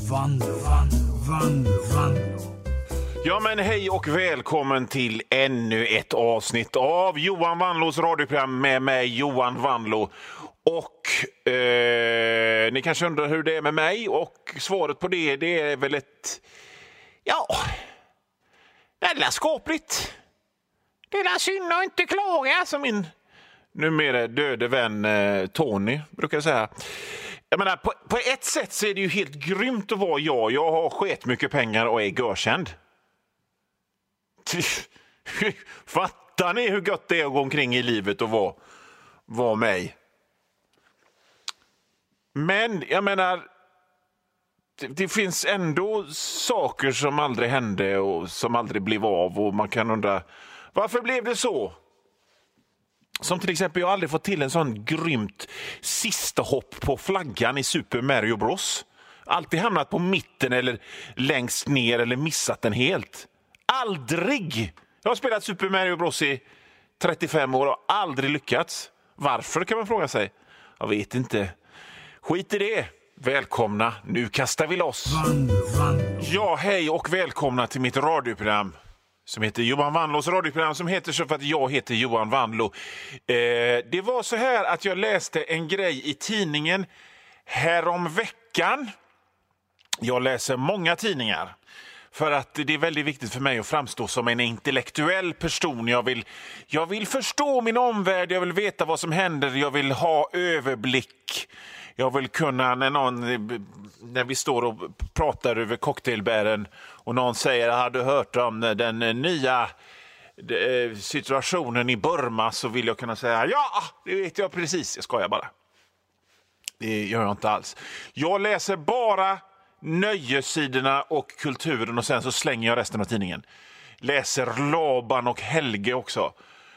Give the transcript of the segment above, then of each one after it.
Vanlo. Ja men hej och välkommen till ännu ett avsnitt av Johan Vanlos radioprogram med mig Johan Vanlo. Och ni kanske undrar hur det är med mig, och svaret på det är väl ett... Ja, det är skapligt. Det är synd att inte klaga, som min numera döde vän Tony brukar säga. Jag menar, på ett sätt så är det ju helt grymt att vara jag. Jag har skett mycket pengar och är görkänd. Fattar ni hur gott det är att gå omkring i livet och vara mig? Men jag menar, det finns ändå saker som aldrig hände och som aldrig blev av, och man kan undra, varför blev det så? Som till exempel, jag har aldrig fått till en sån grymt sista hopp på flaggan i Super Mario Bros. Alltid hamnat på mitten eller längst ner eller missat den helt. Aldrig! Jag har spelat Super Mario Bros i 35 år och aldrig lyckats. Varför, kan man fråga sig? Jag vet inte. Skit i det. Välkomna, nu kastar vi loss. Ja, hej och välkomna till mitt radioprogram som heter Johan Vanlos radioprogram, som heter så för att jag heter Johan Vanlo. Det var så här att jag läste en grej i tidningen härom veckan. Jag läser många tidningar för att det är väldigt viktigt för mig att framstå som en intellektuell person. Jag vill förstå min omvärld, jag vill veta vad som händer, jag vill ha överblick. Jag vill kunna, när vi står och pratar över cocktailbären och någon säger, har du hört om den nya situationen i Burma, så vill jag kunna säga, ja, det vet jag precis. Jag skojar bara. Det gör jag inte alls. Jag läser bara nöjessidorna och kulturen, och sen så slänger jag resten av tidningen. Läser Laban och Helge också.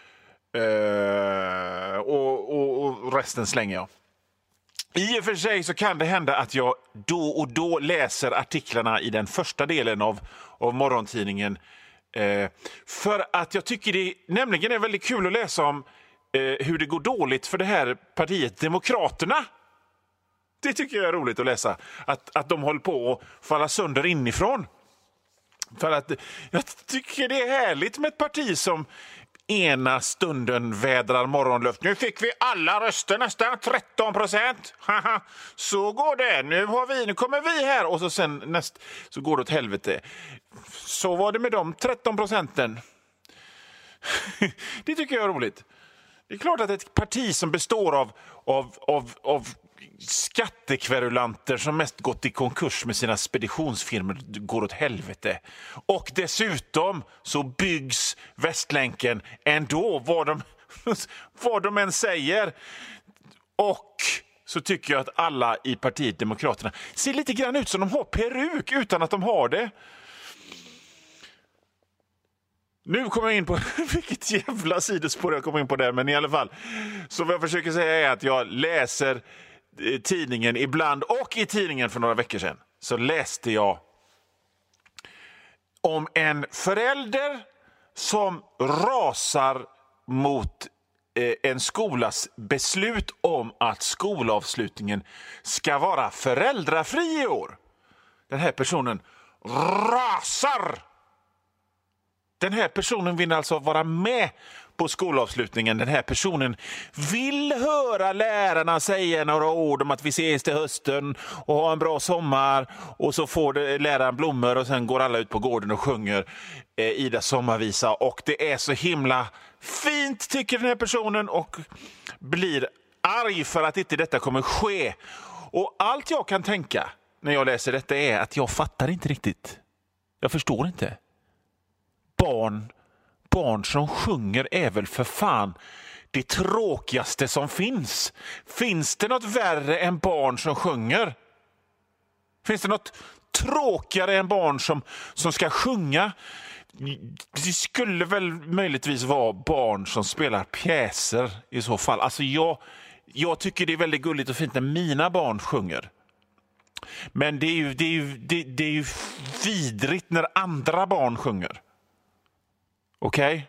Och resten slänger jag. I och för sig så kan det hända att jag då och då läser artiklarna i den första delen av morgontidningen. För att jag tycker det nämligen är väldigt kul att läsa om hur det går dåligt för det här partiet Demokraterna. Det tycker jag är roligt att läsa. Att de håller på att falla sönder inifrån. För att jag tycker det är härligt med ett parti som ena stunden vädrar morgonluft. Nu fick vi alla röster, nästan 13%. Så går det. Nu kommer vi här. Och så sen så går det åt helvete. Så var det med de 13%. Det tycker jag är roligt. Det är klart att ett parti som består av skattekverulanter som mest gått i konkurs med sina speditionsfirmor går åt helvete. Och dessutom så byggs Västlänken ändå, vad de än säger. Och så tycker jag att alla i partiet Demokraterna ser lite grann ut som de har peruk utan att de har det. Nu kommer jag in på vilket jävla sidospår jag kommer in på där, men i alla fall. Så vad jag försöker säga är att jag läser tidningen ibland, och i tidningen för några veckor sedan så läste jag om en förälder som rasar mot en skolas beslut om att skolavslutningen ska vara föräldrafri i år. Den här personen rasar. Den här personen vill alltså vara med på skolavslutningen. Den här personen vill höra lärarna säga några ord om att vi ses till hösten och ha en bra sommar. Och så får läraren blommor och sen går alla ut på gården och sjunger Idas sommarvisa. Och det är så himla fint, tycker den här personen, och blir arg för att inte detta kommer ske. Och allt jag kan tänka när jag läser detta är att jag fattar inte riktigt. Jag förstår inte. Barn som sjunger är väl för fan det tråkigaste som finns. Finns det något värre än barn som sjunger? Finns det något tråkigare än barn som ska sjunga? Det skulle väl möjligtvis vara barn som spelar pjäser i så fall. Alltså jag tycker det är väldigt gulligt och fint när mina barn sjunger. Men det är ju vidrigt när andra barn sjunger. Okej?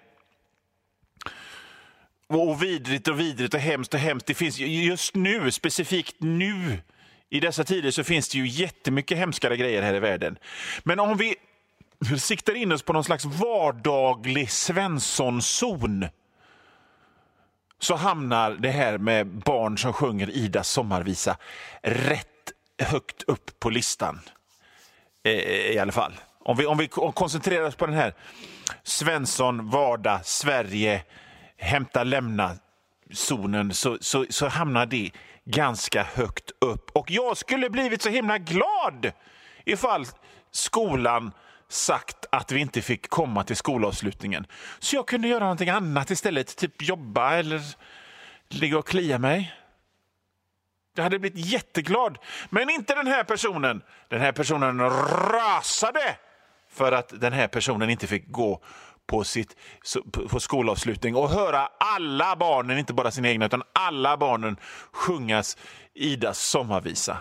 Och vidrigt och hemskt och hemskt. Det finns just nu, specifikt nu I dessa tider så finns det ju jättemycket hemskare grejer här i världen. Men om vi siktar in oss på någon slags vardaglig Svenssonzon, så hamnar det här med barn som sjunger Idas sommarvisa rätt högt upp på listan. I alla fall. Om vi koncentrerar oss på den här Svensson, vardag, Sverige, hämta, lämna zonen, så hamnar det ganska högt upp. Och jag skulle blivit så himla glad ifall skolan sagt att vi inte fick komma till skolavslutningen. Så jag kunde göra någonting annat istället, typ jobba eller ligga och klia mig. Jag hade blivit jätteglad. Men inte den här personen. Den här personen rasade för att den här personen inte fick gå på skolavslutning och höra alla barnen, inte bara sina egna utan alla barnen, sjungas Idas sommarvisa.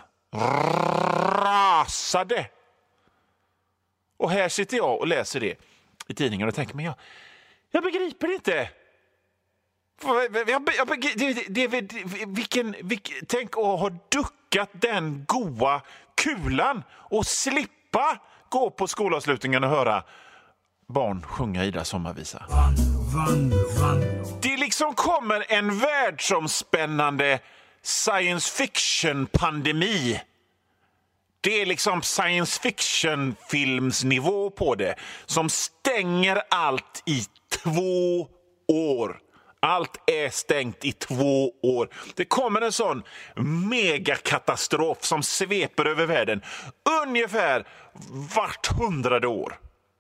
Rasade. Och här sitter jag och läser det i tidningen och tänker, men jag begriper inte. Tänk att ha duckat den goa kulan och slippa gå på skolavslutningen och höra barn sjunga Idas sommarvisa. Det liksom kommer en världsomspännande science fiction-pandemi. Det är liksom science fiction-filmsnivå på det, som stänger allt i 2 år. Allt är stängt i 2 år. Det kommer en sån megakatastrof som sveper över världen ungefär vart 100:e år.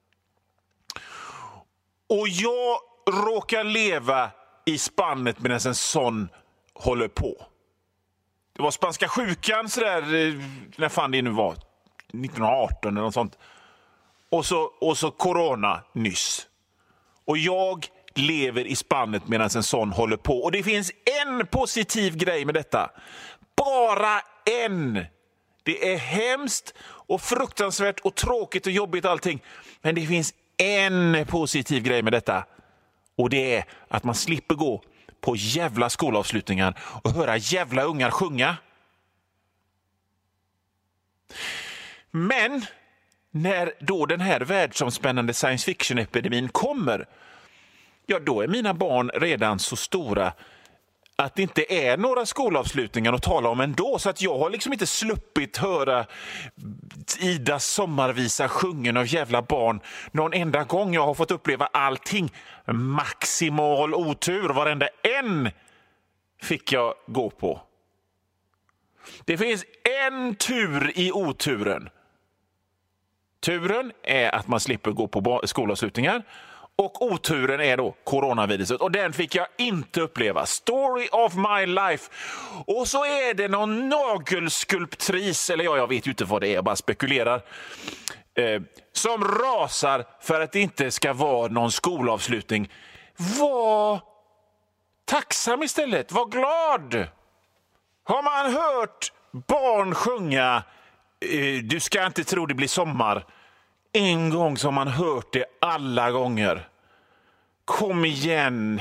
Och jag råkar leva i spannet medan en sån håller på. Det var spanska sjukan sådär, när fan det nu var, 1918 eller något sånt. Och så corona nyss. Och jag lever i spannet medan en sån håller på. Och det finns en positiv grej med detta. Bara en. Det är hemskt och fruktansvärt och tråkigt och jobbigt allting. Men det finns en positiv grej med detta. Och det är att man slipper gå på jävla skolavslutningar och höra jävla ungar sjunga. Men när då den här världsomspännande science fiction-epidemin kommer, ja, då är mina barn redan så stora att det inte är några skolavslutningar att tala om ändå. Så att jag har liksom inte sluppit höra Idas sommarvisa sjungen av jävla barn någon enda gång. Jag har fått uppleva allting. Maximal otur. Varenda en fick jag gå på. Det finns en tur i oturen. Turen är att man slipper gå på skolavslutningar. Och oturen är då coronaviruset. Och den fick jag inte uppleva. Story of my life. Och så är det någon nagelskulptris, eller jag vet ju inte vad det är, jag bara spekulerar, som rasar för att det inte ska vara någon skolavslutning. Var tacksam istället. Var glad. Har man hört barn sjunga Du ska inte tro det blir sommar en gång, som man hört det alla gånger. Kom igen.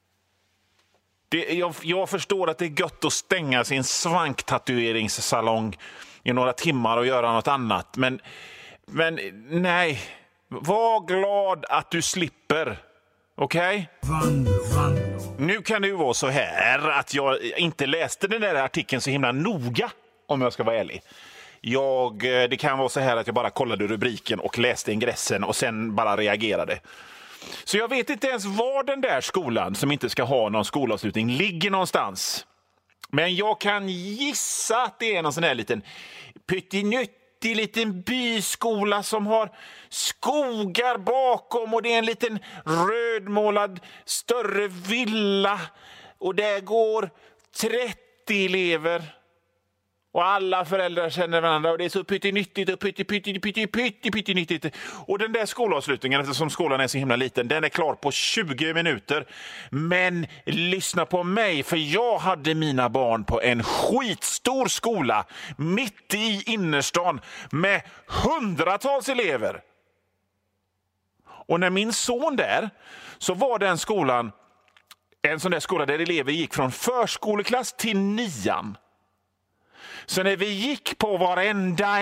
Jag förstår att det är gött att stänga sin svanktatueringssalong i några timmar och göra något annat. Men nej. Var glad att du slipper. Okej? Nu kan det ju vara så här att jag inte läste den där artikeln så himla noga, om jag ska vara ärlig. Det kan vara så här att jag bara kollade rubriken och läste ingressen och sen bara reagerade. Så jag vet inte ens var den där skolan som inte ska ha någon skolavslutning ligger någonstans. Men jag kan gissa att det är någon sån här liten pyttinuttig liten byskola som har skogar bakom, och det är en liten rödmålad större villa, och där går 30 elever. Och alla föräldrar känner varandra, och det är så pyttenyttigt och pyttenyttigt. Och den där skolavslutningen, eftersom skolan är så himla liten, den är klar på 20 minuter. Men lyssna på mig, för jag hade mina barn på en skitstor skola mitt i innerstan med hundratals elever. Och när min son där, så var den skolan en sån där skola där elever gick från förskoleklass till 9:an. Så när vi gick på varenda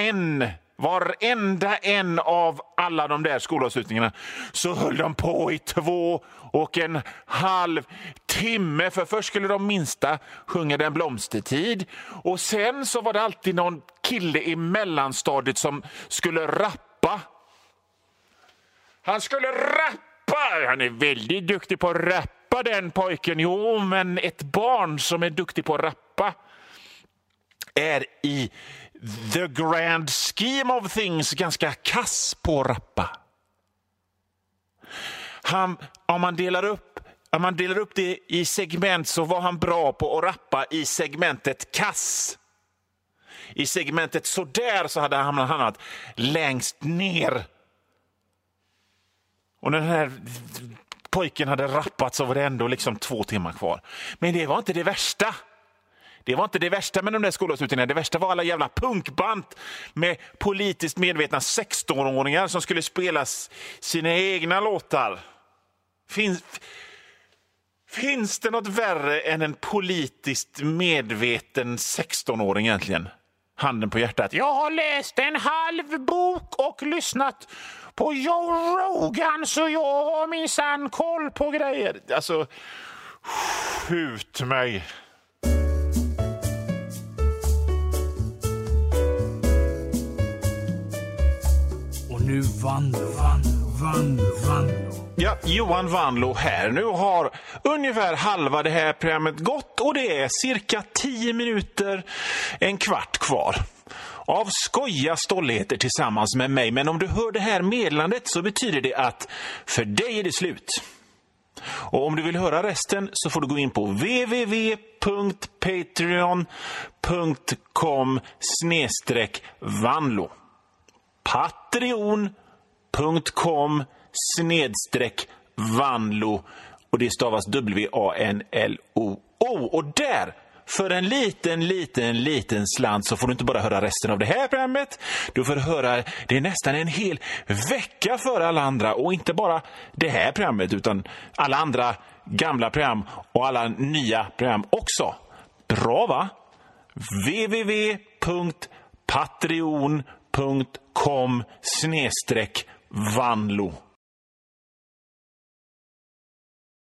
en av alla de där skolavslutningarna så höll de på i 2,5 timme. För först skulle de minsta sjunga Den blomstertid. Och sen så var det alltid någon kille i mellanstadiet som skulle rappa. Han skulle rappa! Han är väldigt duktig på att rappa, den pojken. Jo, men ett barn som är duktig på att rappa är i the grand scheme of things ganska kass på att rappa. Om man delar upp det i segment så var han bra på att rappa i segmentet kass. I segmentet sådär så hade han hamnat längst ner. Och när den här pojken hade rappat så var det ändå liksom 2 timmar kvar. Men det var inte det värsta. Det var inte det värsta med de där skolavslutningarna. Det värsta var alla jävla punkband med politiskt medvetna 16-åringar som skulle spela sina egna låtar. Finns det något värre än en politiskt medveten 16-åring egentligen? Handen på hjärtat. Jag har läst en halv bok och lyssnat på Joe Rogan så jag har minsann koll på grejer. Alltså, skjut mig. Nu Vanlo. Ja, Johan Vanlo här. Nu har ungefär halva det här programmet gått och det är cirka 10 minuter, en kvart kvar av skoja stolligheter tillsammans med mig. Men om du hör det här meddelandet så betyder det att för dig är det slut. Och om du vill höra resten så får du gå in på www.patreon.com/Vanlo. patreon.com/Vanlo och det stavas WANLO. Och där för en liten slant så får du inte bara höra resten av det här programmet. Du får höra det nästan en hel vecka för alla andra. Och inte bara det här programmet utan alla andra gamla program och alla nya program också. Bra va? www.patreon.com/Vanlo